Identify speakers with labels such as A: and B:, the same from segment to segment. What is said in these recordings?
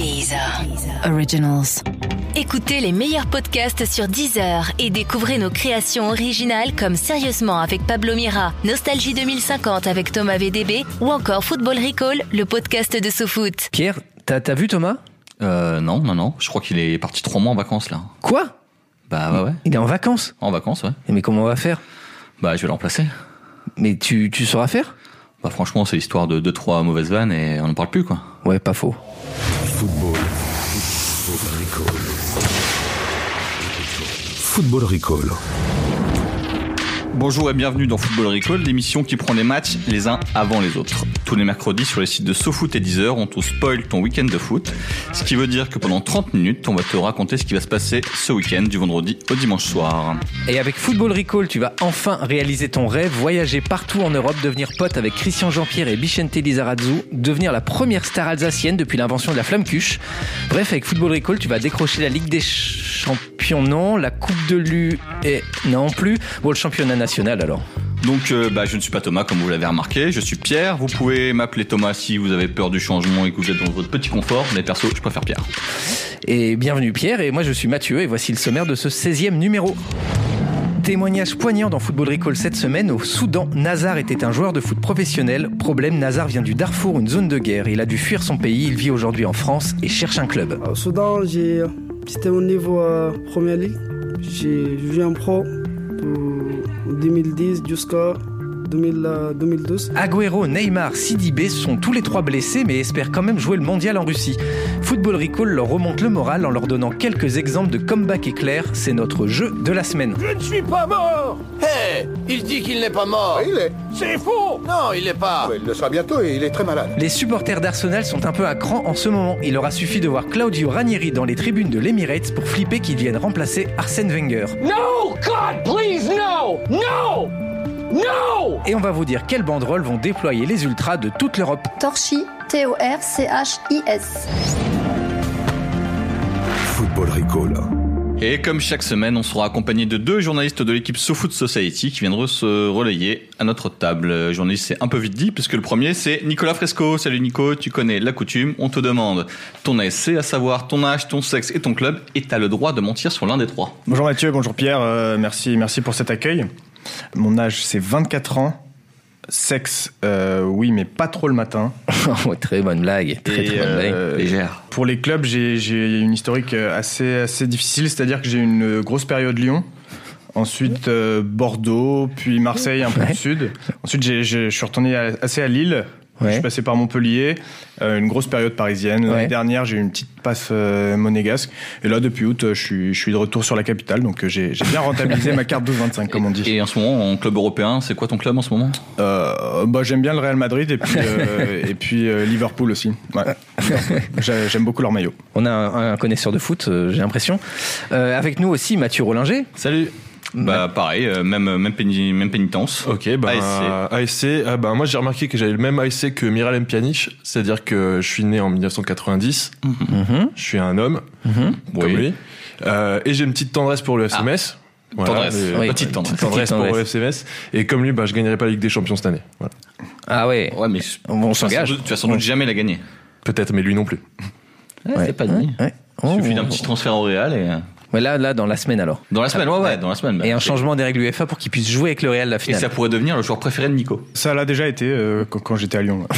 A: Deezer Originals. Écoutez les meilleurs podcasts sur Deezer et découvrez nos créations originales comme Sérieusement avec Pablo Mira, Nostalgie 2050 avec Thomas VDB ou encore Football Recall, le podcast de SoFoot.
B: Pierre, t'as vu Thomas ?
C: Non. Je crois qu'il est parti 3 mois en vacances là.
B: Quoi ?
C: Bah ouais.
B: Il est en vacances ?
C: En vacances, ouais.
B: Mais comment on va faire ?
C: Bah je vais le remplacer.
B: Mais tu sauras faire ?
C: Bah franchement, c'est l'histoire de 2-3 mauvaises vannes et on n'en parle plus quoi.
B: Ouais, pas faux.
D: Football Recall.
C: Bonjour et bienvenue dans Football Recall, l'émission qui prend les matchs les uns avant les autres. Tous les mercredis sur les sites de SoFoot et Deezer, on te spoil ton week-end de foot. Ce qui veut dire que pendant 30 minutes, on va te raconter ce qui va se passer ce week-end du vendredi au dimanche soir.
B: Et avec Football Recall, tu vas enfin réaliser ton rêve, voyager partout en Europe, devenir pote avec Christian Jean-Pierre et Bichente Lizarazu, devenir la première star alsacienne depuis l'invention de la flamme cuche. Bref, avec Football Recall, tu vas décrocher la Ligue des Champions, non, la Coupe de l'U et non plus. Bon, le championnat national alors.
C: Donc je ne suis pas Thomas comme vous l'avez remarqué, je suis Pierre. Vous pouvez m'appeler Thomas si vous avez peur du changement et que vous êtes dans votre petit confort, mais perso je préfère Pierre.
B: Et bienvenue Pierre, et moi je suis Mathieu et voici le sommaire de ce 16e numéro. Témoignage poignant dans Football Recall cette semaine. Au Soudan, Nazar était un joueur de foot professionnel. Problème, Nazar vient du Darfour, une zone de guerre. Il a dû fuir son pays, il vit aujourd'hui en France et cherche un club.
E: Au Soudan, c'était au niveau Première Ligue. J'ai joué en pro de 2010 jusqu'à 2012.
B: Agüero, Neymar, Sidibé sont tous les 3 blessés mais espèrent quand même jouer le mondial en Russie. Football Recall leur remonte le moral en leur donnant quelques exemples de comeback éclairs. C'est notre jeu de la semaine.
F: Je ne suis pas mort. Hé, il dit qu'il n'est pas mort.
G: Oui, il est.
F: C'est faux. Non, il n'est pas.
G: Oui, il le sera bientôt et il est très malade.
B: Les supporters d'Arsenal sont un peu à cran en ce moment. Il leur a suffi de voir Claudio Ranieri dans les tribunes de l'Emirates pour flipper qu'il vienne remplacer Arsène Wenger.
F: No, God, please, no, no. No!
B: Et on va vous dire quelles banderoles vont déployer les ultras de toute l'Europe.
H: Torchis, Torchis.
D: Football Recall.
C: Et comme chaque semaine, on sera accompagné de 2 journalistes de l'équipe SoFoot Society qui viendront se relayer à notre table. Le journaliste, c'est un peu vite dit, puisque le premier, c'est Nicolas Fresco. Salut Nico, tu connais la coutume. On te demande ton ASC, à savoir ton âge, ton sexe et ton club, et t'as le droit de mentir sur l'un des 3.
I: Bonjour Mathieu, bonjour Pierre, merci pour cet accueil. Mon âge, c'est 24 ans. Sexe, oui, mais pas trop le matin.
B: Très bonne blague, très bonne blague, légère.
I: Pour les clubs, j'ai une historique assez difficile, c'est-à-dire que j'ai eu une grosse période Lyon, ensuite Bordeaux, puis Marseille, un peu du sud. Ensuite, je suis retourné assez à Lille. Ouais. Je suis passé par Montpellier, une grosse période parisienne. L'année dernière, j'ai eu une petite passe monégasque. Et là, depuis août, je suis de retour sur la capitale. Donc, j'ai bien rentabilisé ma carte 12-25, comme on dit.
C: Et en ce moment, en club européen, c'est quoi ton club en ce moment ?
I: J'aime bien le Real Madrid et puis Liverpool aussi. Ouais. J'aime beaucoup leur maillot.
B: On a un connaisseur de foot, j'ai l'impression. Avec nous aussi, Mathieu Rollinger.
C: Salut. Pareil, même pénitence.
J: Ok, ASC. Moi j'ai remarqué que j'avais le même ASC que Miralem Pjanic, c'est-à-dire que je suis né en 1990, je suis un homme, comme lui, et j'ai une petite tendresse pour le FC Metz.
C: Voilà, petite tendresse
J: pour le FC Metz. Et comme lui, je gagnerai pas la Ligue des Champions cette année. Voilà.
B: Ah ouais.
C: Ouais, mais
B: on s'engage.
C: Tu vas sans doute jamais la gagner.
J: Peut-être, mais lui non plus.
C: C'est pas dit. Il suffit d'un petit transfert au Real et.
B: Ouais, là, dans la semaine alors.
C: Dans la semaine, dans la semaine.
B: Et un changement des règles UEFA pour qu'il puisse jouer avec le Real la finale.
C: Et ça pourrait devenir le joueur préféré de Nico.
I: Ça l'a déjà été quand j'étais à Lyon.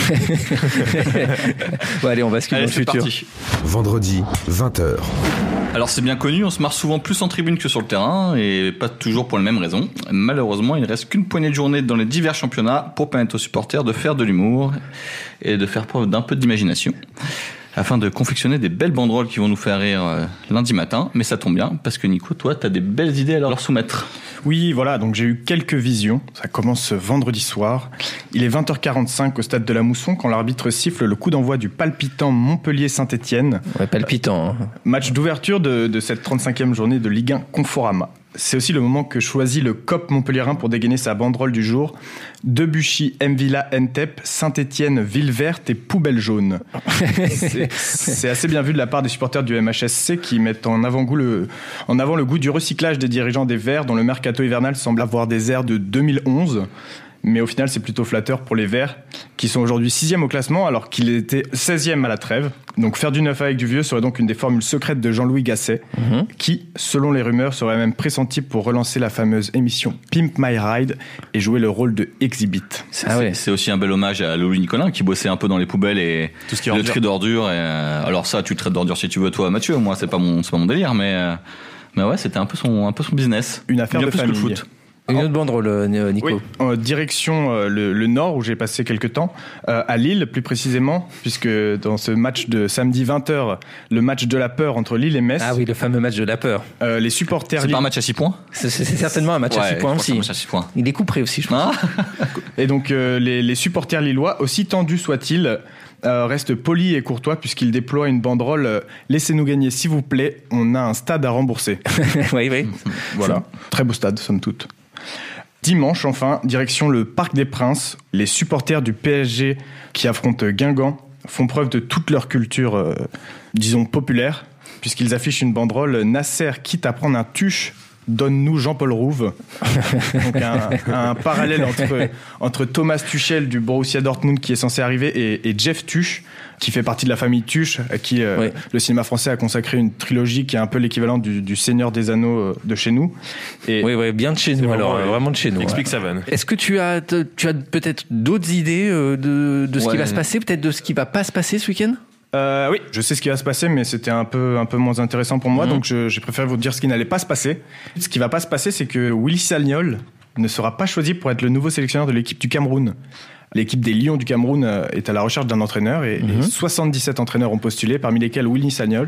B: Allez, on bascule dans le futur.
C: Parti.
D: Vendredi, 20h.
C: Alors c'est bien connu, on se marre souvent plus en tribune que sur le terrain, et pas toujours pour les mêmes raisons. Malheureusement, il ne reste qu'une poignée de journées dans les divers championnats pour permettre aux supporters de faire de l'humour et de faire preuve d'un peu d'imagination, afin de confectionner des belles banderoles qui vont nous faire rire lundi matin. Mais ça tombe bien, parce que Nico, toi, t'as des belles idées à leur soumettre.
I: Oui, voilà, donc j'ai eu quelques visions. Ça commence ce vendredi soir. Il est 20h45 au stade de la Mousson quand l'arbitre siffle le coup d'envoi du palpitant Montpellier-Saint-Étienne.
B: Ouais, palpitant.
I: Match d'ouverture de cette 35e journée de Ligue 1 Conforama. C'est aussi le moment que choisit le COP montpelliérain pour dégainer sa banderole du jour. Debuchy, Mvilla, Ntep, Saint-Étienne, Ville Verte et Poubelle Jaune. C'est assez bien vu de la part des supporters du MHSC qui mettent en avant le goût du recyclage des dirigeants des Verts dont le mercato hivernal semble avoir des airs de 2011. Mais au final, c'est plutôt flatteur pour les Verts, qui sont aujourd'hui 6e au classement, alors qu'il était 16e à la trêve. Donc faire du neuf avec du vieux serait donc une des formules secrètes de Jean-Louis Gasset, qui, selon les rumeurs, serait même pressenti pour relancer la fameuse émission Pimp My Ride et jouer le rôle de Exhibit.
C: C'est aussi un bel hommage à Louis Nicolin, qui bossait un peu dans les poubelles et
J: tout ce qui est
C: le tri d'ordures. Alors ça, tu le traites d'ordures si tu veux, toi, Mathieu. Moi, c'est pas mon délire, mais ouais, c'était un peu son business.
I: Une affaire
C: bien
I: de
C: plus
I: famille.
C: Que le foot.
B: Une autre banderole, Nico.
I: Oui, en direction le nord, où j'ai passé quelques temps, à Lille plus précisément, puisque dans ce match de samedi 20h, le match de la peur entre Lille et Metz.
B: Ah oui, le fameux match de la peur.
I: Les supporters...
C: C'est pas un match à 6 points ?
B: C'est certainement un match à 6 points aussi.
C: Un match à 6 points.
B: Il est couperé aussi, je pense.
I: Et donc les supporters lillois, aussi tendus soient-ils, restent polis et courtois, puisqu'ils déploient une banderole « Laissez-nous gagner s'il vous plaît, on a un stade à rembourser ».
B: Oui.
I: Voilà, très beau stade, somme toute. Dimanche, enfin, direction le Parc des Princes. Les supporters du PSG qui affrontent Guingamp font preuve de toute leur culture, disons, populaire, puisqu'ils affichent une banderole « Nasser, quitte à prendre un tuche, donne-nous Jean-Paul Rouve ». Donc un parallèle entre Thomas Tuchel du Borussia Dortmund qui est censé arriver et Jeff Tuche, qui fait partie de la famille Tuche, à qui le cinéma français a consacré une trilogie qui est un peu l'équivalent du Seigneur des Anneaux de chez nous. Et
B: oui, bien de chez nous, alors vraiment de chez nous.
J: Explique sa vanne.
B: Est-ce que tu as peut-être d'autres idées de ce qui va se passer, peut-être de ce qui va pas se passer ce week-end ?
I: Oui, je sais ce qui va se passer, mais c'était un peu moins intéressant pour moi, donc j'ai préféré vous dire ce qui n'allait pas se passer. Ce qui va pas se passer, c'est que Willy Sagnol ne sera pas choisi pour être le nouveau sélectionneur de l'équipe du Cameroun. L'équipe des Lions du Cameroun est à la recherche d'un entraîneur et 77 entraîneurs ont postulé, parmi lesquels Willy Sagnol.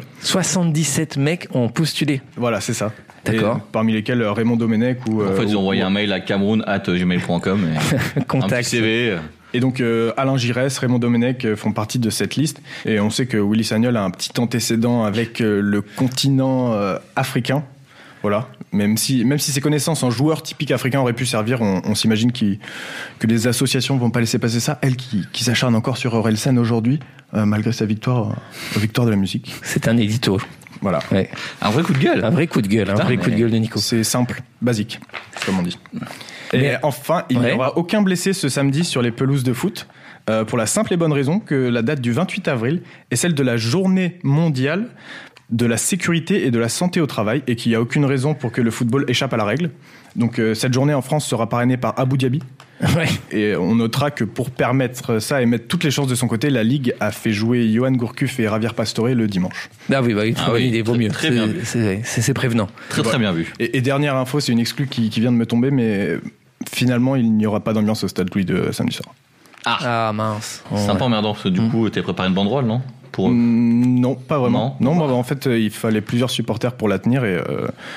B: 77 mecs ont postulé.
I: Voilà, c'est ça.
B: D'accord.
I: Et parmi lesquels Raymond Domenech ou...
C: En fait, ils ont envoyé un mail à cameroun@gmail.com et
B: Contact.
C: un petit CV.
I: Et donc Alain Giresse, Raymond Domenech font partie de cette liste. Et on sait que Willy Sagnol a un petit antécédent avec le continent africain. Voilà. Même si ses connaissances en joueurs typiques africains auraient pu servir, on s'imagine que les associations vont pas laisser passer ça. Elle qui s'acharne encore sur Orelsan aujourd'hui, malgré sa victoire de la musique.
B: C'est un édito.
I: Voilà.
B: Ouais.
C: Un vrai coup de gueule.
B: Un vrai coup de gueule de Nico.
I: C'est simple, basique, comme on dit. Et enfin, il n'y aura aucun blessé ce samedi sur les pelouses de foot, pour la simple et bonne raison que la date du 28 avril est celle de la journée mondiale de la sécurité et de la santé au travail, et qu'il n'y a aucune raison pour que le football échappe à la règle. Donc cette journée en France sera parrainée par Abu Dhabi.
B: Ouais.
I: Et on notera que pour permettre ça et mettre toutes les chances de son côté, la Ligue a fait jouer Johan Gourcuff et Javier Pastore le dimanche.
B: Ah oui, il vaut mieux.
C: Très bien vu.
B: C'est prévenant.
C: Très bien vu.
I: Et dernière info, c'est une exclue qui vient de me tomber, mais finalement il n'y aura pas d'ambiance au Stade Louis de samedi soir.
B: Ah mince.
C: C'est un peu emmerdant parce que du coup, t'as préparé une banderole, non ? Pour eux.
I: Non, pas vraiment. Non, en fait, il fallait plusieurs supporters pour la tenir et.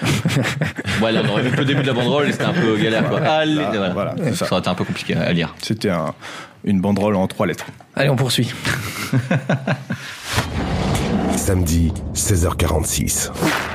C: Voilà, on aurait vu que le début de la banderole et c'était un peu galère, quoi. Allez,
I: voilà,
C: ça aurait été un peu compliqué à lire.
I: C'était une banderole en 3 lettres.
B: Allez, on poursuit.
D: Samedi, 16h46.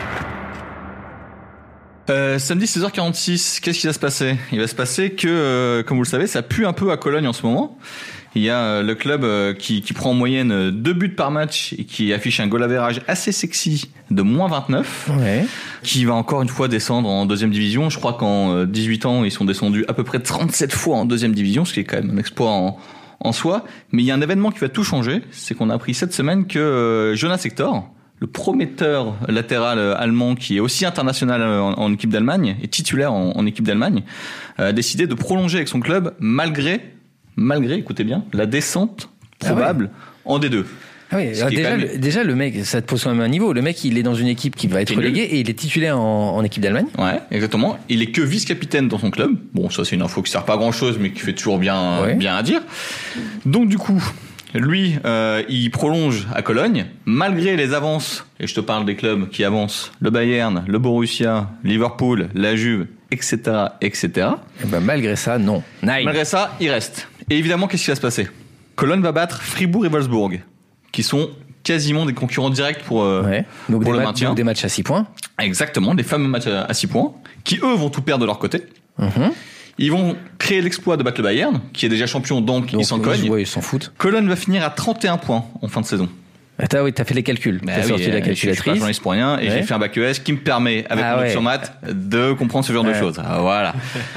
C: Samedi 16h46, qu'est-ce qui va se passer ? Il va se passer que, comme vous le savez, ça pue un peu à Cologne en ce moment. Il y a le club qui prend en moyenne 2 buts par match et qui affiche un goal average assez sexy de -29, qui va encore une fois descendre en deuxième division. Je crois qu'en 18 ans, ils sont descendus à peu près 37 fois en deuxième division, ce qui est quand même un exploit en soi. Mais il y a un événement qui va tout changer, c'est qu'on a appris cette semaine que Jonas Hector, le prometteur latéral allemand qui est aussi international en équipe d'Allemagne et titulaire en équipe d'Allemagne, a décidé de prolonger avec son club malgré, écoutez bien, la descente probable en D2.
B: Ah oui, déjà le mec, ça te pose quand même un niveau. Le mec, il est dans une équipe qui va être reléguée et il est titulaire en équipe d'Allemagne. Ouais,
C: exactement. Il est que vice-capitaine dans son club. Bon, ça c'est une info qui sert pas à grand chose, mais qui fait toujours bien à dire. Donc du coup, lui, il prolonge à Cologne, malgré les avances, et je te parle des clubs qui avancent, le Bayern, le Borussia, Liverpool, la Juve, etc.
B: Et ben malgré ça, non.
C: Malgré ça, il reste. Et évidemment, qu'est-ce qui va se passer ? Cologne va battre Fribourg et Wolfsburg, qui sont quasiment des concurrents directs pour le maintien.
B: Donc des matchs à 6 points.
C: Exactement, des fameux matchs à 6 points, qui eux vont tout perdre de leur côté. Ils vont créer l'exploit de battre le Bayern, qui est déjà champion, donc ils s'en cognent.
B: Ouais, ils s'en foutent.
C: Cologne va finir à 31 points en fin de saison.
B: T'as fait les calculs. T'as sorti la calculatrice.
C: Je suis pas journaliste pour rien et j'ai fait un bac ES qui me permet, avec mon option maths, de comprendre ce genre de choses. Voilà.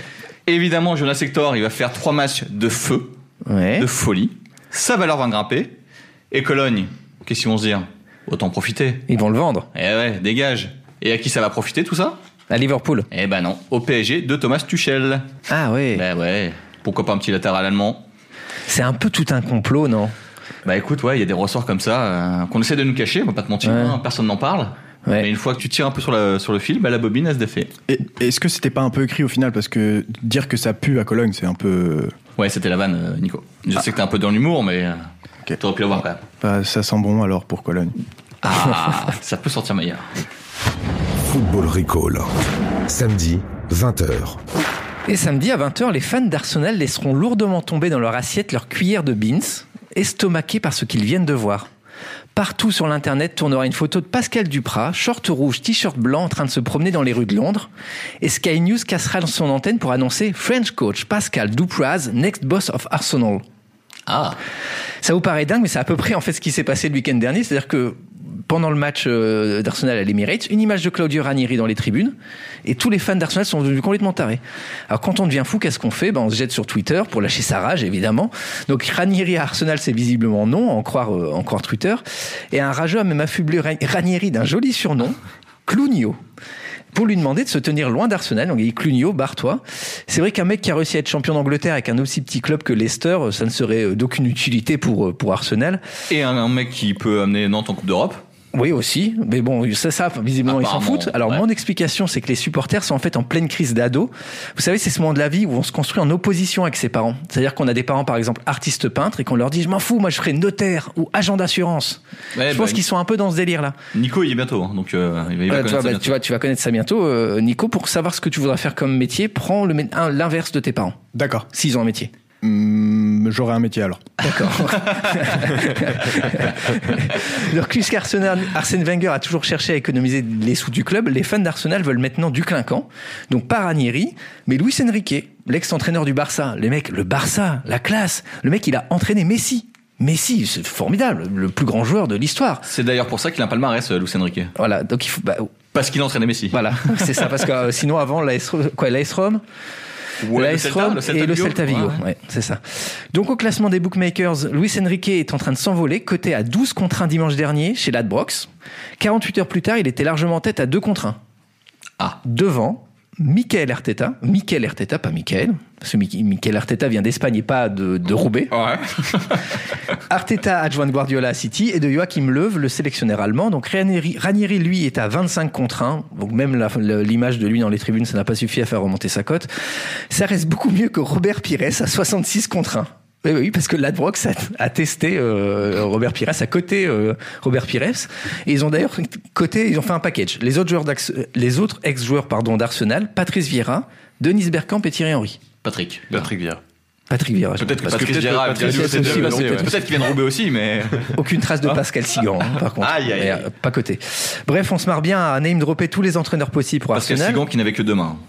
C: Évidemment, Jonas Hector, il va faire 3 matchs de feu, de folie. Sa valeur va grimper. Et Cologne, qu'est-ce qu'ils vont se dire ? Autant profiter.
B: Ils vont le vendre.
C: Eh ouais, dégage. Et à qui ça va profiter tout ça ?
B: À Liverpool.
C: Eh ben non, au PSG de Thomas Tuchel.
B: Ah ouais.
C: Ben ouais, pourquoi pas un petit latéral allemand ?
B: C'est un peu tout un complot, non ?
C: Bah écoute, ouais, il y a des ressorts comme ça qu'on essaie de nous cacher, on va pas te mentir, personne n'en parle. Ouais. Mais une fois que tu tires un peu sur le fil, bah la bobine elle se défait.
I: Et est-ce que c'était pas un peu écrit au final ? Parce que dire que ça pue à Cologne, c'est un peu...
C: Ouais, c'était la vanne, Nico. Je sais que t'es un peu dans l'humour, mais t'aurais pu l'avoir quand même.
I: Bah, ça sent bon alors pour Cologne.
C: Ah, ça peut sortir meilleur.
D: Football Recall. Samedi, 20h.
B: Et samedi à 20h, les fans d'Arsenal laisseront lourdement tomber dans leur assiette leur cuillère de beans, estomaqués par ce qu'ils viennent de voir. Partout sur l'internet tournera une photo de Pascal Duprat, short rouge, t-shirt blanc, en train de se promener dans les rues de Londres. Et Sky News cassera son antenne pour annoncer French coach Pascal Duprat, next boss of Arsenal.
C: Ah.
B: Ça vous paraît dingue, mais c'est à peu près en fait ce qui s'est passé le week-end dernier. C'est-à-dire que pendant le match d'Arsenal à l'Emirates, une image de Claudio Ranieri dans les tribunes, et tous les fans d'Arsenal sont devenus complètement tarés. Alors quand on devient fou, qu'est-ce qu'on fait ? On se jette sur Twitter pour lâcher sa rage, évidemment. Donc Ranieri à Arsenal, c'est visiblement non, en croire Twitter. Et un rageux a même affublé Ranieri d'un joli surnom, Clunio, pour lui demander de se tenir loin d'Arsenal. Donc il dit Clunio, barre-toi. C'est vrai qu'un mec qui a réussi à être champion d'Angleterre avec un aussi petit club que Leicester, ça ne serait d'aucune utilité pour Arsenal.
C: Et un mec qui peut amener Nantes en Coupe d'Europe.
B: Oui aussi, mais bon, ça visiblement ils s'en foutent. Alors mon explication, c'est que les supporters sont en fait en pleine crise d'ado. Vous savez, c'est ce moment de la vie où on se construit en opposition avec ses parents. C'est-à-dire qu'on a des parents par exemple artistes peintres et qu'on leur dit je m'en fous, moi je ferai notaire ou agent d'assurance. Ouais, je pense qu'ils sont un peu dans ce délire-là.
C: Nico il est bientôt, donc il va connaître ça bientôt.
B: Tu vas connaître ça bientôt, Nico. Pour savoir ce que tu voudrais faire comme métier, prends l'inverse de tes parents.
I: D'accord.
B: S'ils ont un métier.
I: J'aurai un métier alors.
B: D'accord. Alors puisqu'Arsène Wenger a toujours cherché à économiser les sous du club, les fans d'Arsenal veulent maintenant du clinquant. Donc pas Ranieri, mais Luis Enrique, l'ex-entraîneur du Barça. Le Barça, la classe. Le mec, il a entraîné Messi, c'est formidable, le plus grand joueur de l'histoire.
C: C'est d'ailleurs pour ça qu'il a un palmarès, Luis Enrique.
B: Voilà, donc il faut...
C: parce qu'il a entraîné Messi.
B: Voilà, c'est ça, parce que sinon avant, l'AS Rome...
C: Ouais,
B: l'AS Rome et le Celta Vigo. Ouais, c'est ça. Donc au classement des bookmakers, Luis Enrique est en train de s'envoler, coté à 12 contre 1 dimanche dernier chez Ladbrokes. 48 heures plus tard, il était largement en tête à 2 contre 1.
C: Ah.
B: Devant Mikel Arteta, pas Michael, parce que Mikel Arteta vient d'Espagne et pas de Roubaix.
C: Ouais.
B: Arteta, adjoint de Guardiola à City, et de Joachim Löw, le sélectionneur allemand. Donc Ranieri, lui, est à 25 contre 1. Donc même l'image de lui dans les tribunes, ça n'a pas suffi à faire remonter sa cote. Ça reste beaucoup mieux que Robert Pires à 66 contre 1. Oui, parce que Ladbrokes a testé Robert Pires, a coté Robert Pires, et ils ont d'ailleurs ils ont fait un package. Les autres ex-joueurs d'Arsenal, Patrice Vieira, Denis Bergkamp et Thierry Henry.
C: Patrick Vieira.
B: Peut-être
C: que Patrice Vieira, peut-être qu'il vient de Roubaix aussi, mais
B: aucune trace de Pascal Sigan, par contre.
C: Aïe.
B: Pas coté. Bref, on se marre bien à name dropper tous les entraîneurs possibles pour
C: Pascal
B: Arsenal.
C: Sigan qui n'avait que 2 mains.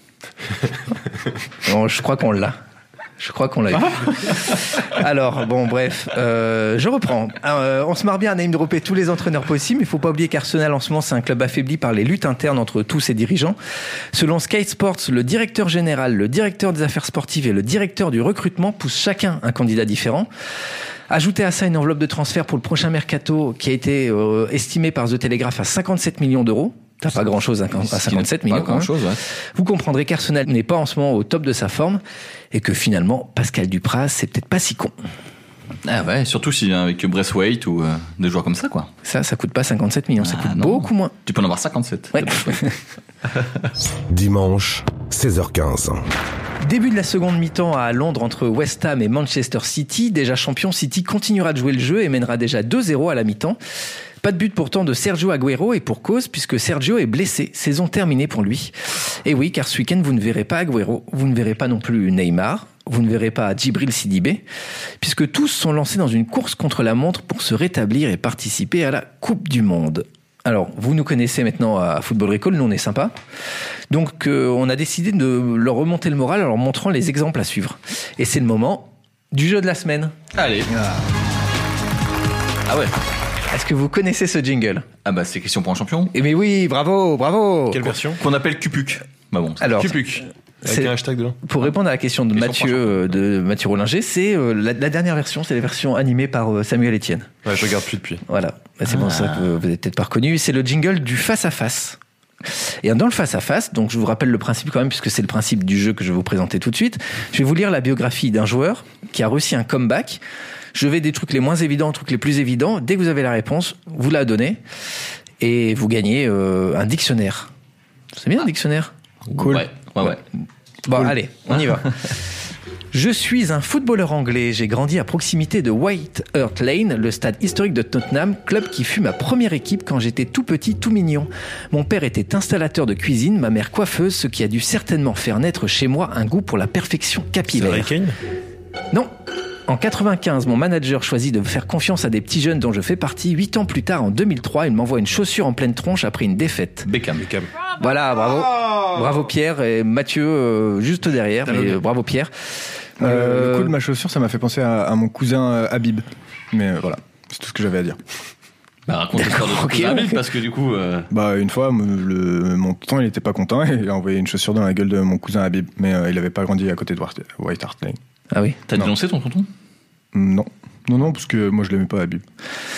B: Bon, je crois qu'on l'a eu. Alors, bon, bref, je reprends. On se marre bien à name dropper tous les entraîneurs possibles, mais il ne faut pas oublier qu'Arsenal, en ce moment, c'est un club affaibli par les luttes internes entre tous ses dirigeants. Selon Sky Sports, le directeur général, le directeur des affaires sportives et le directeur du recrutement poussent chacun un candidat différent. Ajoutez à ça une enveloppe de transfert pour le prochain mercato qui a été estimée par The Telegraph à 57 millions d'euros. T'as pas grand chose à 57 millions.
C: Pas grand chose, ouais.
B: Vous comprendrez qu'Arsenal n'est pas en ce moment au top de sa forme et que finalement, Pascal Duprat, c'est peut-être pas si con.
C: Ah ouais, surtout si avec Braithwaite ou des joueurs comme ça, quoi.
B: Ça coûte pas 57 millions, ça coûte beaucoup moins.
C: Tu peux en avoir 57.
B: Ouais.
D: Dimanche, 16h15.
B: Début de la seconde mi-temps à Londres entre West Ham et Manchester City. Déjà champion, City continuera de jouer le jeu et mènera déjà 2-0 à la mi-temps. Pas de but pourtant de Sergio Agüero et pour cause puisque Sergio est blessé. Saison terminée pour lui. Et oui, car ce week-end vous ne verrez pas Agüero, vous ne verrez pas non plus Neymar, vous ne verrez pas Djibril Sidibé, puisque tous sont lancés dans une course contre la montre pour se rétablir et participer à la Coupe du Monde. Alors, vous nous connaissez maintenant à Football Recall, nous on est sympa. Donc on a décidé de leur remonter le moral en leur montrant les exemples à suivre. Et c'est le moment du jeu de la semaine.
C: Allez. Ah ouais.
B: Est-ce que vous connaissez ce jingle ?
C: Ah bah c'est question pour un champion.
B: Eh mais oui, bravo.
J: Quelle version ?
C: Qu'on appelle Cupuc. Bah bon.
B: Alors,
J: Cupuc. Avec un hashtag dedans.
B: Pour répondre à la question de Mathieu Rollinger, c'est la dernière version, c'est la version animée par Samuel Etienne.
J: Ouais, je regarde plus depuis.
B: Voilà, c'est pour ça que vous n'avez peut-être pas reconnu. C'est le jingle du face-à-face. Et dans le face-à-face, donc je vous rappelle le principe quand même, puisque c'est le principe du jeu que je vais vous présenter tout de suite. Je vais vous lire la biographie d'un joueur qui a réussi un comeback. Je vais des trucs les moins évidents aux trucs les plus évidents. Dès que vous avez la réponse, vous la donnez et vous gagnez un dictionnaire. C'est bien un dictionnaire.
C: Cool. Ouais.
B: Bon,
C: cool.
B: Allez, on y va. Je suis un footballeur anglais. J'ai grandi à proximité de White Hart Lane, le stade historique de Tottenham, club qui fut ma première équipe quand j'étais tout petit, tout mignon. Mon père était installateur de cuisine, ma mère coiffeuse, ce qui a dû certainement faire naître chez moi un goût pour la perfection capillaire.
J: C'est Harry Kane ?
B: Non. En 95, mon manager choisit de faire confiance à des petits jeunes dont je fais partie. 8 ans plus tard, en 2003, il m'envoie une chaussure en pleine tronche après une défaite.
C: Beckham.
B: Voilà, bravo. Bravo Pierre et Mathieu juste derrière. Mais, bravo Pierre.
I: Le coup de ma chaussure, ça m'a fait penser à mon cousin Habib. Mais voilà, c'est tout ce que j'avais à dire.
C: Bah, raconte l'histoire de ton cousin Habib, parce que du coup...
I: Une fois, mon tonton, il était pas content et il a envoyé une chaussure dans la gueule de mon cousin Habib. Mais il avait pas grandi à côté de White Hart Lane.
B: Ah oui.
C: T'as dénoncé ton tonton ?
I: Non, parce que moi je l'aimais pas Habib.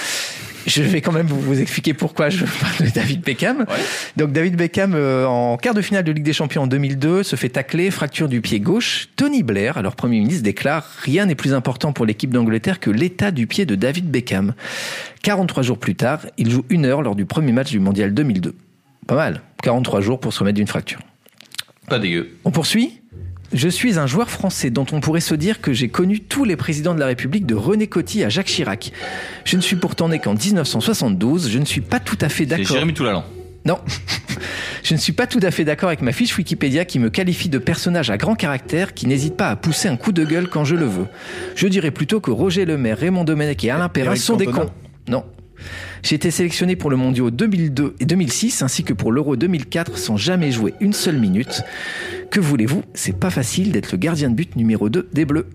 B: Je vais quand même vous expliquer pourquoi je parle de David Beckham. Ouais. Donc David Beckham, en quart de finale de Ligue des Champions en 2002, se fait tacler, fracture du pied gauche. Tony Blair, alors Premier ministre, déclare « Rien n'est plus important pour l'équipe d'Angleterre que l'état du pied de David Beckham ». 43 jours plus tard, il joue 1 heure lors du premier match du Mondial 2002. Pas mal, 43 jours pour se remettre d'une fracture.
C: Pas dégueu.
B: On poursuit ? Je suis un joueur français dont on pourrait se dire que j'ai connu tous les présidents de la République de René Coty à Jacques Chirac. Je ne suis pourtant né qu'en 1972, je ne suis pas tout à fait d'accord...
C: C'est Jérémy Toulalan.
B: Non. Je ne suis pas tout à fait d'accord avec ma fiche Wikipédia qui me qualifie de personnage à grand caractère qui n'hésite pas à pousser un coup de gueule quand je le veux. Je dirais plutôt que Roger Lemaire, Raymond Domenech et Alain Perrin sont des cons. Non. J'ai été sélectionné pour le Mondial 2002 et 2006 ainsi que pour l'Euro 2004 sans jamais jouer une seule minute. Que voulez-vous ? C'est pas facile d'être le gardien de but numéro 2 des Bleus.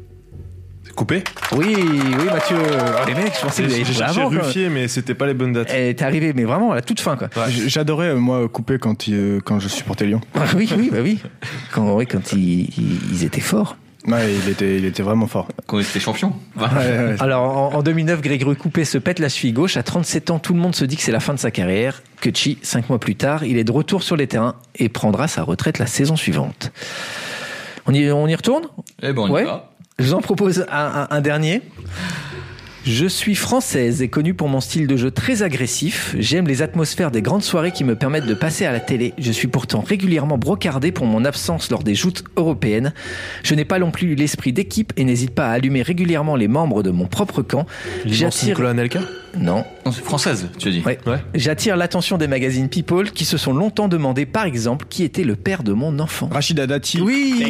J: C'est coupé ?
B: Oui, Mathieu. Oh, les mecs, je pensais que vous
J: j'ai cherché Ruffier, mais c'était pas les bonnes dates.
B: T'es arrivé, mais vraiment à la toute fin, quoi.
I: Ouais. J'adorais, moi, couper quand je supportais Lyon.
B: Oui. Quand ils étaient forts.
I: Ouais, il était vraiment fort.
C: Quand il était champion.
I: Ouais.
B: Alors, en 2009, Grégory Coupé se pète la cheville gauche. À 37 ans, tout le monde se dit que c'est la fin de sa carrière. Kutchi, 5 mois plus tard, il est de retour sur les terrains et prendra sa retraite la saison suivante. On y retourne ?
C: Eh ben, on y va.
B: Je vous en propose un dernier. Je suis française et connue pour mon style de jeu très agressif. J'aime les atmosphères des grandes soirées qui me permettent de passer à la télé. Je suis pourtant régulièrement brocardée pour mon absence lors des joutes européennes. Je n'ai pas non plus l'esprit d'équipe et n'hésite pas à allumer régulièrement les membres de mon propre camp.
J: Nicolas Anelka ?
B: Non,
C: c'est française, tu as dit.
B: Ouais. J'attire l'attention des magazines People qui se sont longtemps demandé, par exemple, qui était le père de mon enfant.
I: Rachida Dati.
B: Oui.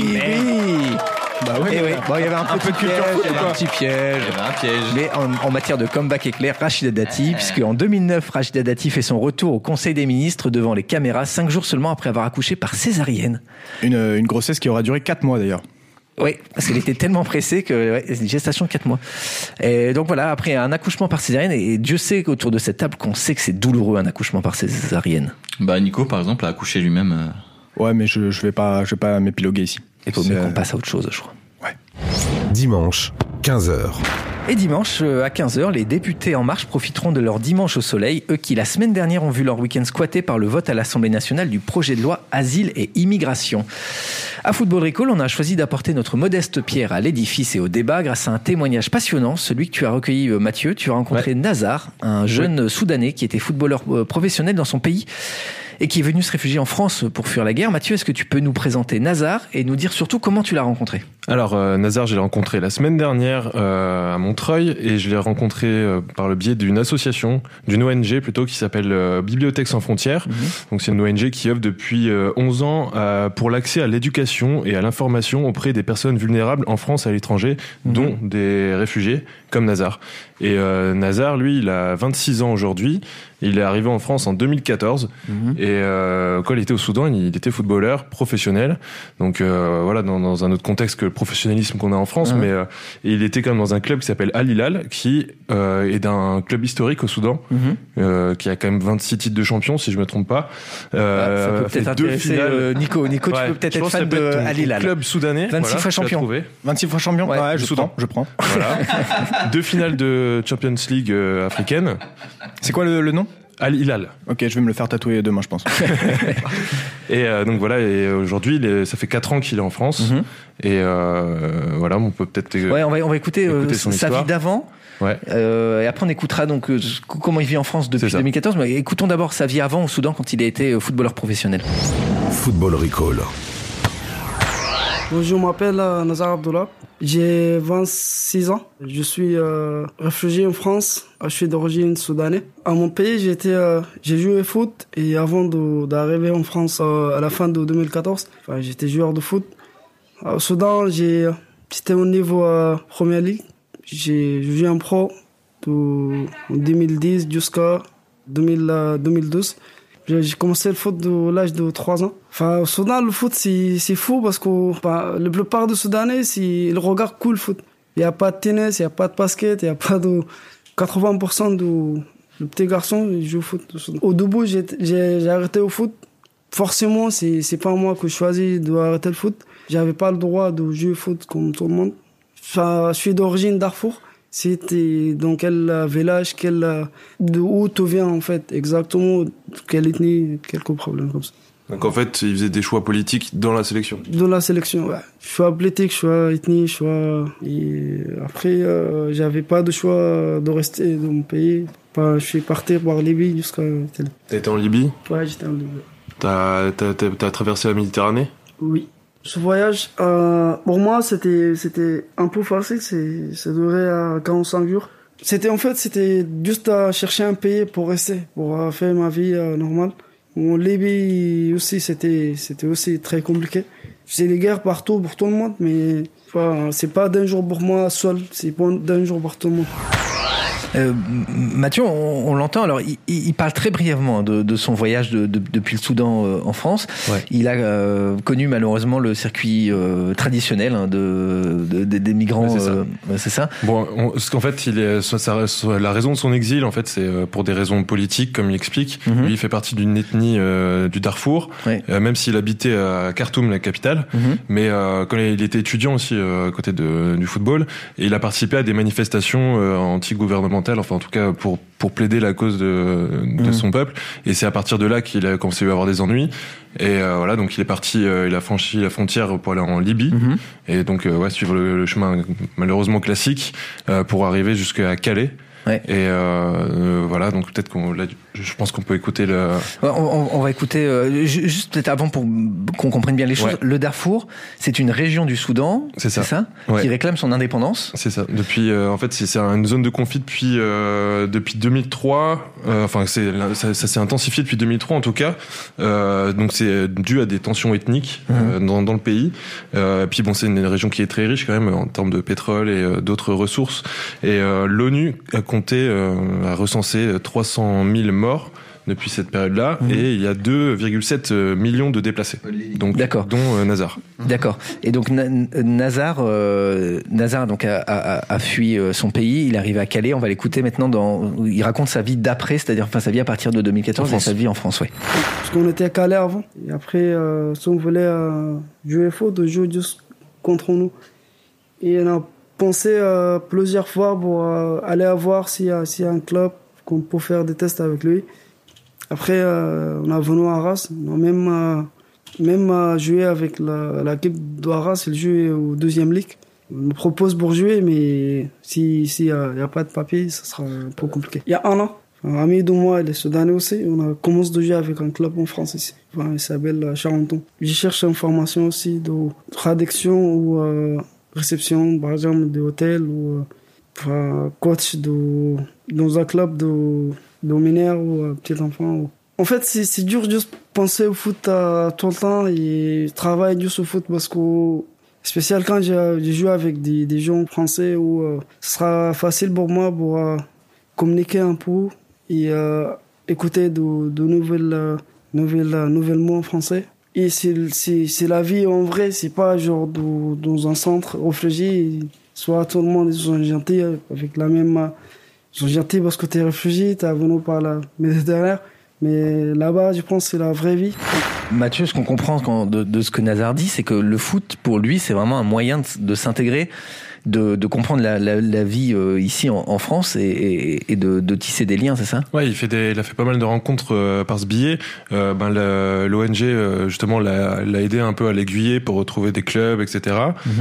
I: Bah oui.
B: Bon, il y avait un peu de culture foot, un petit piège.
C: Il y avait un piège.
B: Mais en matière de comeback éclair, Rachida Dati, puisque en 2009, Rachida Dati fait son retour au Conseil des ministres devant les caméras, 5 jours seulement après avoir accouché par césarienne.
I: Une grossesse qui aura duré 4 mois d'ailleurs.
B: Oui, parce qu'elle était tellement pressée que c'est une gestation de 4 mois. Et donc voilà, après un accouchement par césarienne, et Dieu sait qu'autour de cette table qu'on sait que c'est douloureux un accouchement par césarienne.
C: Bah Nico par exemple a accouché lui-même.
I: Ouais, mais je vais pas m'épiloguer ici.
B: Il faut mieux qu'on passe à autre chose, je crois.
I: Ouais.
D: Dimanche, 15h.
B: Et dimanche, à 15h, les députés En Marche profiteront de leur dimanche au soleil, eux qui la semaine dernière ont vu leur week-end squatté par le vote à l'Assemblée nationale du projet de loi Asile et Immigration. À Football Recall, on a choisi d'apporter notre modeste pierre à l'édifice et au débat grâce à un témoignage passionnant, celui que tu as recueilli, Mathieu. Tu as rencontré Nazar, un jeune Soudanais qui était footballeur professionnel dans son pays et qui est venu se réfugier en France pour fuir la guerre. Mathieu, est-ce que tu peux nous présenter Nazar et nous dire surtout comment tu l'as rencontré ?
J: Alors, Nazar, je l'ai rencontré la semaine dernière à Montreuil et je l'ai rencontré par le biais d'une association, d'une ONG plutôt, qui s'appelle Bibliothèques sans frontières. Donc, c'est une ONG qui œuvre depuis 11 ans pour l'accès à l'éducation et à l'information auprès des personnes vulnérables en France et à l'étranger, dont des réfugiés comme Nazar. Et Nazar, lui, il a 26 ans aujourd'hui Il est arrivé en France en 2014 et quand il était au Soudan, il était footballeur professionnel. Donc voilà, dans un autre contexte que le professionnalisme qu'on a en France, mais il était quand même dans un club qui s'appelle Al Hilal, qui est d'un club historique au Soudan, qui a quand même 26 titres de champion, si je me trompe pas.
B: Ça peut peut-être intéresser Nico. Nico, tu peux peut-être être fan de Al Hilal.
J: Club soudanais.
B: 26 fois champion.
I: 26 fois champion. Ouais, je prends.
J: Voilà. 2 finales de Champions League africaine.
I: C'est quoi le nom?
J: Al Hilal.
I: Ok, je vais me le faire tatouer demain, je pense.
J: Et donc voilà, et aujourd'hui, ça fait 4 ans qu'il est en France. Et voilà, on peut peut-être.
B: On va écouter sa vie d'avant.
J: Ouais.
B: Et après, on écoutera donc comment il vit en France depuis 2014. Mais écoutons d'abord sa vie avant au Soudan quand il a été footballeur professionnel.
D: Football Recall.
E: Bonjour, je m'appelle Nazar Abdullah. J'ai 26 ans. Je suis réfugié en France. Je suis d'origine soudanaise. À mon pays, j'ai joué au foot. Et avant d'arriver en France à la fin de 2014, j'étais joueur de foot. Au Soudan, c'était au niveau Première Ligue. J'ai joué en pro en 2010 jusqu'à 2012. J'ai commencé le foot de l'âge de 3 ans. Au Soudan, le foot, c'est fou parce que la plupart des Soudanais, ils regardent cool le foot. Il n'y a pas de tennis, il n'y a pas de basket, il n'y a pas de... 80% de petits garçons, ils jouent au foot. Au début, j'ai arrêté au foot. Forcément, c'est pas moi que je choisis d'arrêter le foot. J'avais pas le droit de jouer au foot comme tout le monde. Je suis d'origine Darfour. C'était dans quel village, d'où tu viens en fait, exactement, quelle ethnie, quelques problèmes comme ça.
J: Donc en fait, il faisait des choix politiques dans la sélection.
E: Dans la sélection, ouais. Choix politique, choix ethnie, Et après, j'avais pas de choix de rester dans mon pays. Je suis parti par Libye jusqu'à...
J: T'as été en Libye ?
E: Ouais, j'étais en Libye.
J: T'as traversé la Méditerranée ?
E: Oui. Ce voyage, pour moi, c'était un peu facile. Ça durait 45 jours. C'était juste à chercher un pays pour rester, pour faire ma vie normale. En Libye aussi, c'était aussi très compliqué. C'est les guerres partout pour tout le monde, mais c'est pas d'un jour pour moi seul. C'est pas d'un jour pour tout le monde.
B: Mathieu, on l'entend. Alors, il parle très brièvement de son voyage depuis le Soudan en France. Ouais. Il a connu malheureusement le circuit traditionnel des migrants. Ouais, c'est ça.
J: Bon, parce qu'en fait, la raison de son exil, en fait, c'est pour des raisons politiques, comme il explique. Lui, il fait partie d'une ethnie du Darfour, même s'il habitait à Khartoum, la capitale. Mais quand il était étudiant aussi à côté du football, et il a participé à des manifestations anti-gouvernementales. Enfin en tout cas pour plaider la cause de son peuple, et c'est à partir de là qu'il a commencé à avoir des ennuis, et voilà, donc il est parti, il a franchi la frontière pour aller en Libye, et donc suivre le chemin malheureusement classique pour arriver jusqu'à Calais. Ouais. Et voilà, donc peut-être je pense qu'on peut écouter
B: on va écouter juste peut-être avant pour qu'on comprenne bien les choses. Le Darfour, c'est une région du Soudan, c'est ça qui réclame son indépendance.
J: C'est ça. Depuis en fait c'est une zone de conflit depuis 2003. Enfin ça s'est intensifié depuis 2003 en tout cas. Donc c'est dû à des tensions ethniques dans le pays. Puis bon, c'est une région qui est très riche quand même en termes de pétrole et d'autres ressources. Et l'ONU a recensé 300 000 morts depuis cette période-là, et il y a 2,7 millions de déplacés. Donc, dont Nazar.
B: D'accord. Et donc Nazar donc a fui son pays. Il arrive à Calais. On va l'écouter maintenant. Il raconte sa vie d'après, c'est-à-dire sa vie à partir de 2014 et sa vie en France. Ouais.
E: Parce qu'on était à Calais avant. Et après, si on voulait jouer au foot, de jouer juste contre nous. Et on a pensé plusieurs fois pour aller voir s'il y a un club qu'on peut faire des tests avec lui. Après, on est venu à Arras. On a même joué avec l'équipe d'Arras. Il joue au 2e ligue. On nous propose pour jouer, mais s'il n'y a pas de papier, ça sera un peu compliqué. Il y a un an, un ami de moi, il est soudanais aussi. On a commencé de jouer avec un club en France ici. Il s'appelle Charenton. Je cherche une formation aussi de traduction ou réception, par exemple, d'hôtel ou coach dans un club de mineurs ou petits enfants. En fait, c'est dur juste penser au foot tout le temps et travailler juste au foot parce que, spécial quand j'ai joué avec des gens français où ce sera facile pour moi pour communiquer un peu et écouter de nouvelles mots en français. Et c'est la vie en vrai, c'est pas genre dans un centre réfugié, soit tout le monde ils sont gentils avec la même... Ils sont gentils parce que t'es réfugié, t'es venu par la Méditerranée, mais là-bas, je pense que c'est la vraie vie.
B: Mathieu, ce qu'on comprend de ce que Nazar dit, c'est que le foot, pour lui, c'est vraiment un moyen de s'intégrer, de comprendre la vie ici en France et de tisser des liens, c'est ça ?
J: Ouais, il a fait pas mal de rencontres par ce biais. L'ONG justement l'a aidé un peu à l'aiguiller pour retrouver des clubs, etc.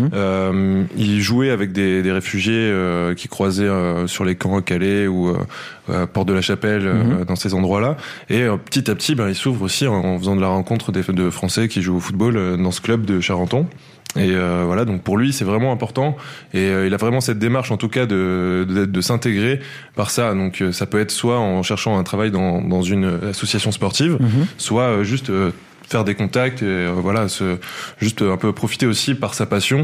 J: Il jouait avec des réfugiés qui croisaient sur les camps à Calais ou Porte de la Chapelle, dans ces endroits-là. Et petit à petit, il s'ouvre aussi en faisant de la rencontre de Français qui jouent au football dans ce club de Charenton. Et voilà, donc pour lui c'est vraiment important et il a vraiment cette démarche en tout cas de s'intégrer par ça. Donc ça peut être soit en cherchant un travail dans une association sportive, soit juste faire des contacts et voilà, juste un peu profiter aussi par sa passion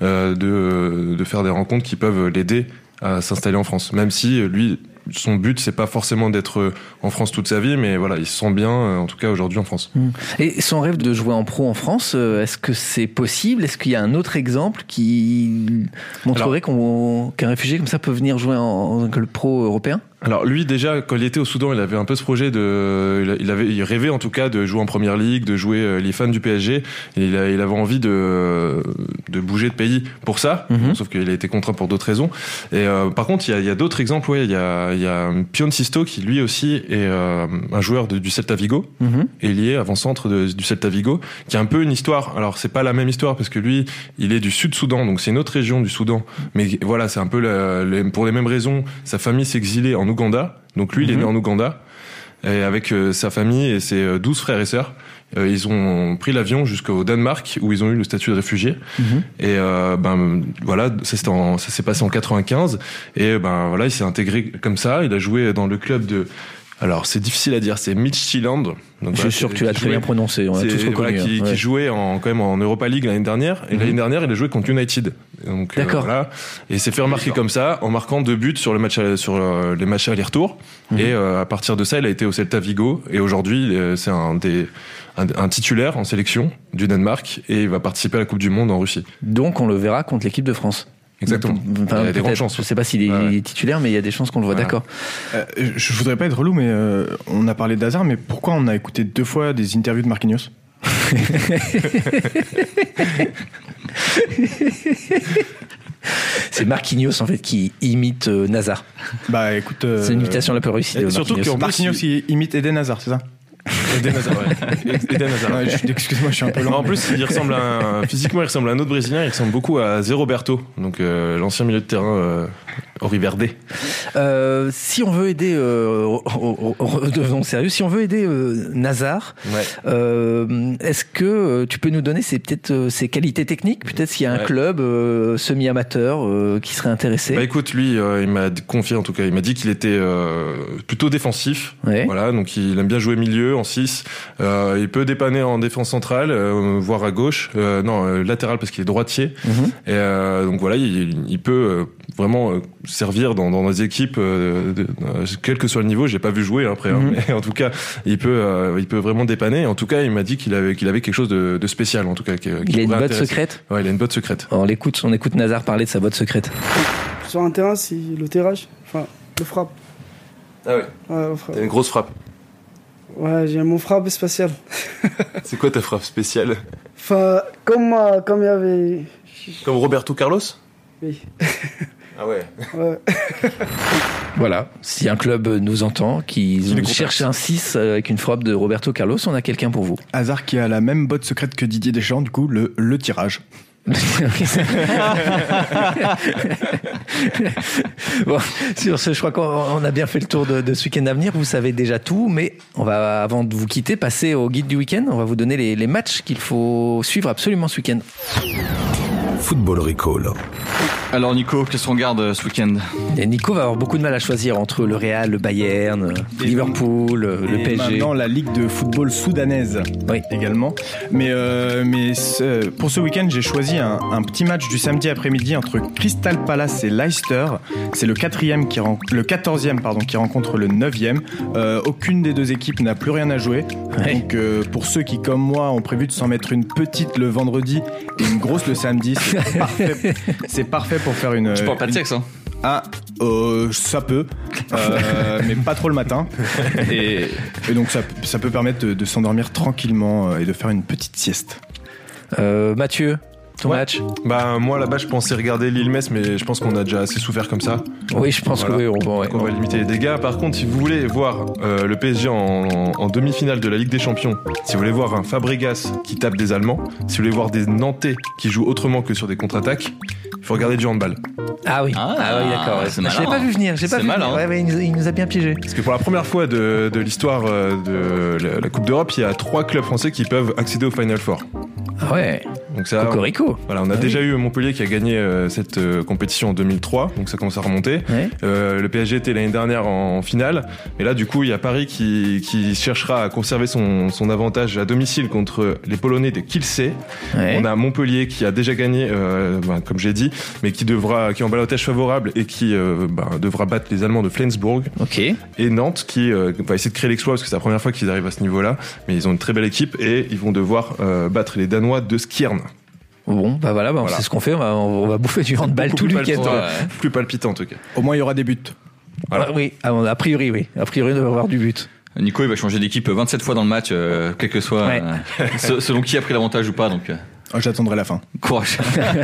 J: de faire des rencontres qui peuvent l'aider à s'installer en France. Même si lui, son but c'est pas forcément d'être en France toute sa vie, mais voilà, il se sent bien en tout cas aujourd'hui en France.
B: Et son rêve de jouer en pro en France, est-ce que c'est possible ? Est-ce qu'il y a un autre exemple qui montrerait qu'un réfugié comme ça peut venir jouer en club pro européen ?
J: Alors lui déjà quand il était au Soudan il avait un peu ce projet il rêvait en tout cas de jouer en première ligue, de jouer les fans du PSG, et il avait envie de bouger de pays pour ça, sauf qu'il a été contraint pour d'autres raisons. Et par contre il y a d'autres exemples, il y a Pion Sisto qui lui aussi est un joueur du Celta Vigo, et il y est avant-centre du Celta Vigo, qui a un peu une histoire. Alors c'est pas la même histoire parce que lui il est du Sud-Soudan, donc c'est une autre région du Soudan, mais voilà, c'est un peu pour les mêmes raisons. Sa famille s'est exilée en Ouganda, donc lui il est né en Ouganda et avec sa famille et ses 12 frères et sœurs, ils ont pris l'avion jusqu'au Danemark où ils ont eu le statut de réfugié. Et voilà, ça s'est passé en 95 et voilà, il s'est intégré comme ça. Il a joué dans le club de... Alors, c'est difficile à dire, c'est Midtjylland.
B: Je suis sûr que tu l'as très bien prononcé, on a tous reconnu.
J: Qui jouait quand même en Europa League l'année dernière, et l'année dernière, il a joué contre United. Donc,
B: d'accord.
J: Voilà. Et il s'est fait remarquer comme ça, en marquant 2 buts sur les matchs aller-retour. Et à partir de ça, il a été au Celta Vigo, et aujourd'hui, c'est un titulaire en sélection du Danemark, et il va participer à la Coupe du Monde en Russie.
B: Donc, on le verra contre l'équipe de France.
J: Exactement.
B: Enfin,
J: il y a des grandes chances.
B: Je sais pas s'il est titulaire, mais il y a des chances qu'on le voit. D'accord.
I: Je voudrais pas être relou, mais on a parlé d'Hazard, mais pourquoi on a écouté 2 fois des interviews de Marquinhos ?
B: C'est Marquinhos en fait qui imite Nazar.
I: Bah écoute,
B: c'est une imitation la plus réussie de
I: surtout que Marquinhos imite Eden Hazard, c'est ça ?
J: Eden Hazard, ouais. Eden Hazard.
I: Excuse-moi, je suis un peu lent.
J: En plus, physiquement, il ressemble à un autre Brésilien. Il ressemble beaucoup à Zé Roberto, donc l'ancien milieu de terrain au Riverde.
B: Si on veut aider, devenons sérieux. Si on veut aider Nazar, est-ce que tu peux nous donner ses qualités techniques ? Peut-être s'il y a un club semi-amateur qui serait intéressé.
J: Bah écoute, lui, il m'a confié en tout cas. Il m'a dit qu'il était plutôt défensif. Ouais. Voilà, donc il aime bien jouer milieu en 6. Il peut dépanner en défense centrale, voire à gauche. Latéral parce qu'il est droitier. Et donc voilà, il peut vraiment servir dans des équipes, quel que soit le niveau. J'ai pas vu jouer après, mais en tout cas, il peut vraiment dépanner. En tout cas, il m'a dit qu'il avait quelque chose de spécial. En tout cas,
B: il a une botte secrète.
J: Ouais, il a une botte secrète.
B: On écoute Nazar parler de sa botte secrète.
E: Sur un terrain, c'est le tirage, enfin le frappe.
J: Ah ouais. T'as une grosse frappe.
E: Ouais, j'ai mon frappe spécial.
J: C'est quoi ta frappe spéciale ?
E: Enfin, comme il y avait...
J: Comme Roberto Carlos ?
E: Oui.
J: Ah ouais.
B: Voilà, si un club nous entend, qui cherche un 6 avec une frappe de Roberto Carlos, on a quelqu'un pour vous.
I: Hazard qui a la même botte secrète que Didier Deschamps, du coup, le tirage.
B: Bon, sur ce, je crois qu'on a bien fait le tour de ce week-end à venir. Vous savez déjà tout, mais on va, avant de vous quitter, passer au guide du week-end. On va vous donner les matchs qu'il faut suivre absolument ce week-end.
D: Football Recall.
C: Alors Nico, qu'est-ce qu'on regarde ce week-end?
B: Et Nico va avoir beaucoup de mal à choisir entre le Real, le Bayern, Liverpool, le PSG.
I: Maintenant la Ligue de football soudanaise également. Mais pour ce week-end, j'ai choisi un petit match du samedi après-midi entre Crystal Palace et Leicester. C'est le 14e qui rencontre le 9e. Aucune des deux équipes n'a plus rien à jouer. Ouais. Donc pour ceux qui, comme moi, ont prévu de s'en mettre une petite le vendredi et une grosse le samedi, c'est parfait pour faire une...
C: Tu parles pas de sexe, hein?
I: Ah, ça peut, mais pas trop le matin. Et donc ça peut permettre de s'endormir tranquillement et de faire une petite sieste.
B: Mathieu, ton match?
J: Bah moi là-bas je pensais regarder Lille-Metz, mais je pense qu'on a déjà assez souffert comme ça.
B: Oui, je pense que oui,
J: on va limiter les dégâts. Par contre, si vous voulez voir le PSG en demi-finale de la Ligue des Champions, si vous voulez voir un Fabregas qui tape des Allemands, si vous voulez voir des Nantais qui jouent autrement que sur des contre-attaques, il faut regarder du handball.
B: Ah oui, d'accord.
C: C'est malin.
B: Je l'ai pas vu venir. Ouais, il nous a bien piégé.
J: Parce que pour la première fois de l'histoire de la Coupe d'Europe, il y a 3 clubs français qui peuvent accéder au Final Four.
B: Ah ouais.
J: Donc ça,
B: Cocorico.
J: Voilà, on a déjà eu Montpellier qui a gagné cette compétition en 2003, donc ça commence à remonter. Ouais. Le PSG était l'année dernière en finale, et là du coup il y a Paris qui cherchera à conserver son avantage à domicile contre les Polonais de Kielce. Ouais. On a Montpellier qui a déjà gagné, comme j'ai dit, mais qui est en ballottage favorable et qui devra battre les Allemands de Flensburg.
B: Ok.
J: Et Nantes qui va essayer de créer l'exploit parce que c'est la première fois qu'ils arrivent à ce niveau-là, mais ils ont une très belle équipe et ils vont devoir battre les Danois de Skjern.
B: Bon, voilà. C'est ce qu'on fait. On va bouffer du handball tout le week-end.
J: Plus palpitant en tout cas.
I: Au moins il y aura des buts.
B: Voilà. Oui, a priori, oui. A priori, il devrait y avoir du but.
C: Nico, il va changer d'équipe 27 fois dans le match, quel que soit, selon qui a pris l'avantage ou pas. Donc.
I: J'attendrai la fin.
C: Courage.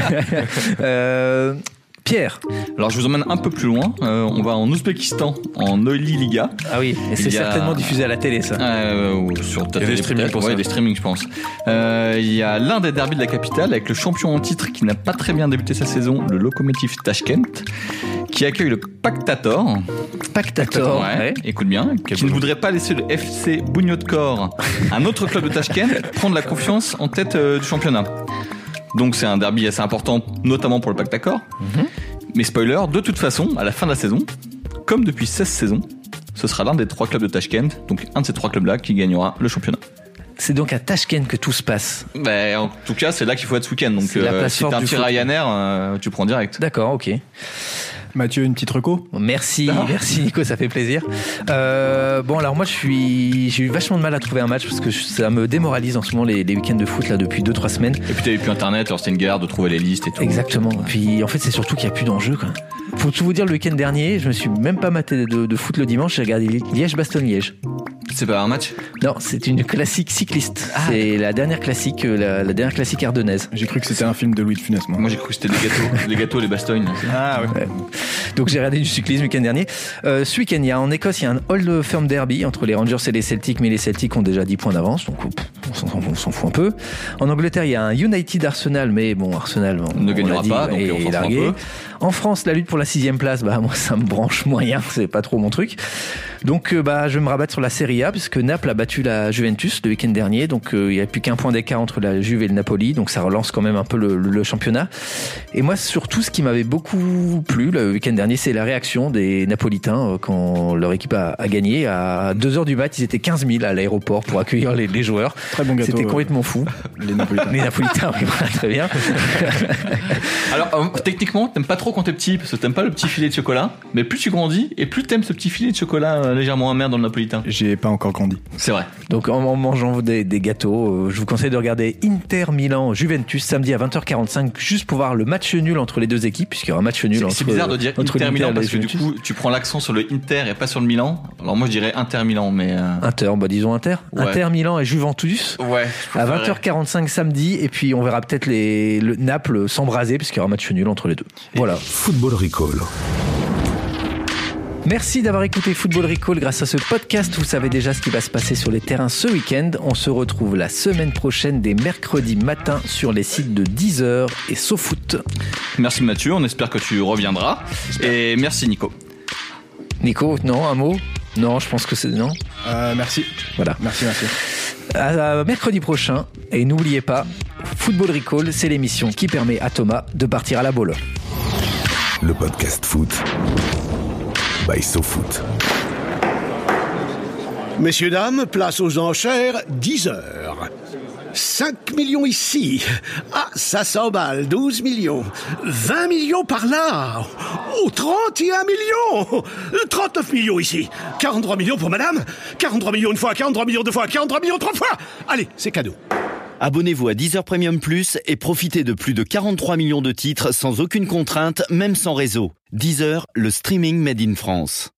B: Pierre.
C: Alors je vous emmène un peu plus loin. On va en Ouzbékistan, en Noili Liga.
B: Ah oui, et c'est certainement diffusé à la télé, ça.
C: Sur ta télé, des streamings pour ça. Des streamings, je pense. Il y a l'un des derbys de la capitale avec le champion en titre qui n'a pas très bien débuté sa saison, le Lokomotiv Tashkent, qui accueille le Paktator. Ouais. Écoute bien. Qui ne voudrait pas laisser le FC Bunyodkor, un autre club de Tashkent, prendre la confiance en tête du championnat. Donc c'est un derby assez important, notamment pour le Paktator. Mais spoiler, de toute façon, à la fin de la saison, comme depuis 16 saisons, ce sera l'un des 3 clubs de Tashkent, donc un de ces 3 clubs-là qui gagnera le championnat.
B: C'est donc à Tashkent que tout se passe.
C: En tout cas, c'est là qu'il faut être ce week-end. Donc si t'as un petit Ryanair, tu prends direct.
B: D'accord, ok.
I: Mathieu, une petite reco?
B: Merci Nico, ça fait plaisir. Alors moi j'ai eu vachement de mal à trouver un match parce que ça me démoralise en ce moment les week-ends de foot là depuis 2-3 semaines.
C: Et puis t'avais plus internet, alors c'était une galère de trouver les listes et tout.
B: Exactement. Puis en fait c'est surtout qu'il n'y a plus d'enjeu quoi. Pour tout vous dire, le week-end dernier, je me suis même pas maté de foot le dimanche, j'ai regardé Liège-Bastogne-Liège.
C: C'est pas un match?
B: Non, c'est une classique cycliste. C'est la dernière classique ardennaise.
I: J'ai cru que c'était un film de Louis de Funès, moi.
C: Moi j'ai cru que c'était des gâteaux, les gâteaux, les Bastognes.
I: Ah ouais.
B: Donc j'ai regardé du cyclisme le week-end dernier. Ce week-end, en Écosse, il y a un Old Firm Derby entre les Rangers et les Celtics, mais les Celtics ont déjà 10 points d'avance, donc on s'en fout un peu. En Angleterre, il y a un United Arsenal, mais bon, Arsenal
C: ne gagnera pas, donc on s'en fout un peu.
B: En France, la lutte pour la 6e place, moi ça me branche moyen, c'est pas trop mon truc. Donc je vais me rabattre sur la Serie A puisque Naples a battu la Juventus le week-end dernier, donc il n'y a plus qu'un point d'écart entre la Juve et le Napoli, donc ça relance quand même un peu le championnat. Et moi surtout ce qui m'avait beaucoup plu le week-end dernier, c'est la réaction des Napolitains quand leur équipe a gagné. À 2h du mat, ils étaient 15 000 à l'aéroport pour accueillir les joueurs.
I: Très bon gâteau.
B: C'était complètement fou.
I: Les Napolitains,
B: oui, voilà, très bien.
C: Alors techniquement, t'aimes pas trop quand t'es petit parce que t'aimes pas le petit filet de chocolat, mais plus tu grandis et plus t'aimes ce petit filet de chocolat légèrement amer dans le napolitain.
I: J'ai pas encore grandi.
C: C'est vrai.
B: Donc en mangeant des gâteaux, je vous conseille de regarder Inter Milan Juventus samedi à 20h45 juste pour voir le match nul entre les deux équipes puisqu'il y aura un match nul
C: c'est bizarre de dire Inter Milan parce que du coup tu prends l'accent sur le Inter et pas sur le Milan. Alors moi je dirais Inter Milan mais
B: Inter, disons Inter. Ouais. Inter Milan et Juventus.
C: Ouais.
B: À 20h45 samedi et puis on verra peut-être le Naples s'embraser puisqu'il y aura un match nul entre les deux. Voilà.
D: Football Recall.
B: Merci d'avoir écouté Football Recall. Grâce à ce podcast, vous savez déjà ce qui va se passer sur les terrains ce week-end. On se retrouve la semaine prochaine dès mercredi matin sur les sites de Deezer et SoFoot. Merci Mathieu, on espère que tu reviendras. Et merci Nico. Nico, non, un mot? Non, je pense que c'est... Non merci. Voilà. Merci. À mercredi prochain. Et n'oubliez pas, Football Recall, c'est l'émission qui permet à Thomas de partir à la boule.
D: Le podcast foot by SoFoot.
K: Messieurs, dames, place aux enchères, 10 heures. 5 millions ici. Ah, ça s'emballe, 12 millions. 20 millions par là. Oh, 31 millions. 39 millions ici. 43 millions pour madame. 43 millions une fois, 43 millions deux fois, 43 millions trois fois. Allez, c'est cadeau.
L: Abonnez-vous à Deezer Premium Plus et profitez de plus de 43 millions de titres sans aucune contrainte, même sans réseau. Deezer, le streaming made in France.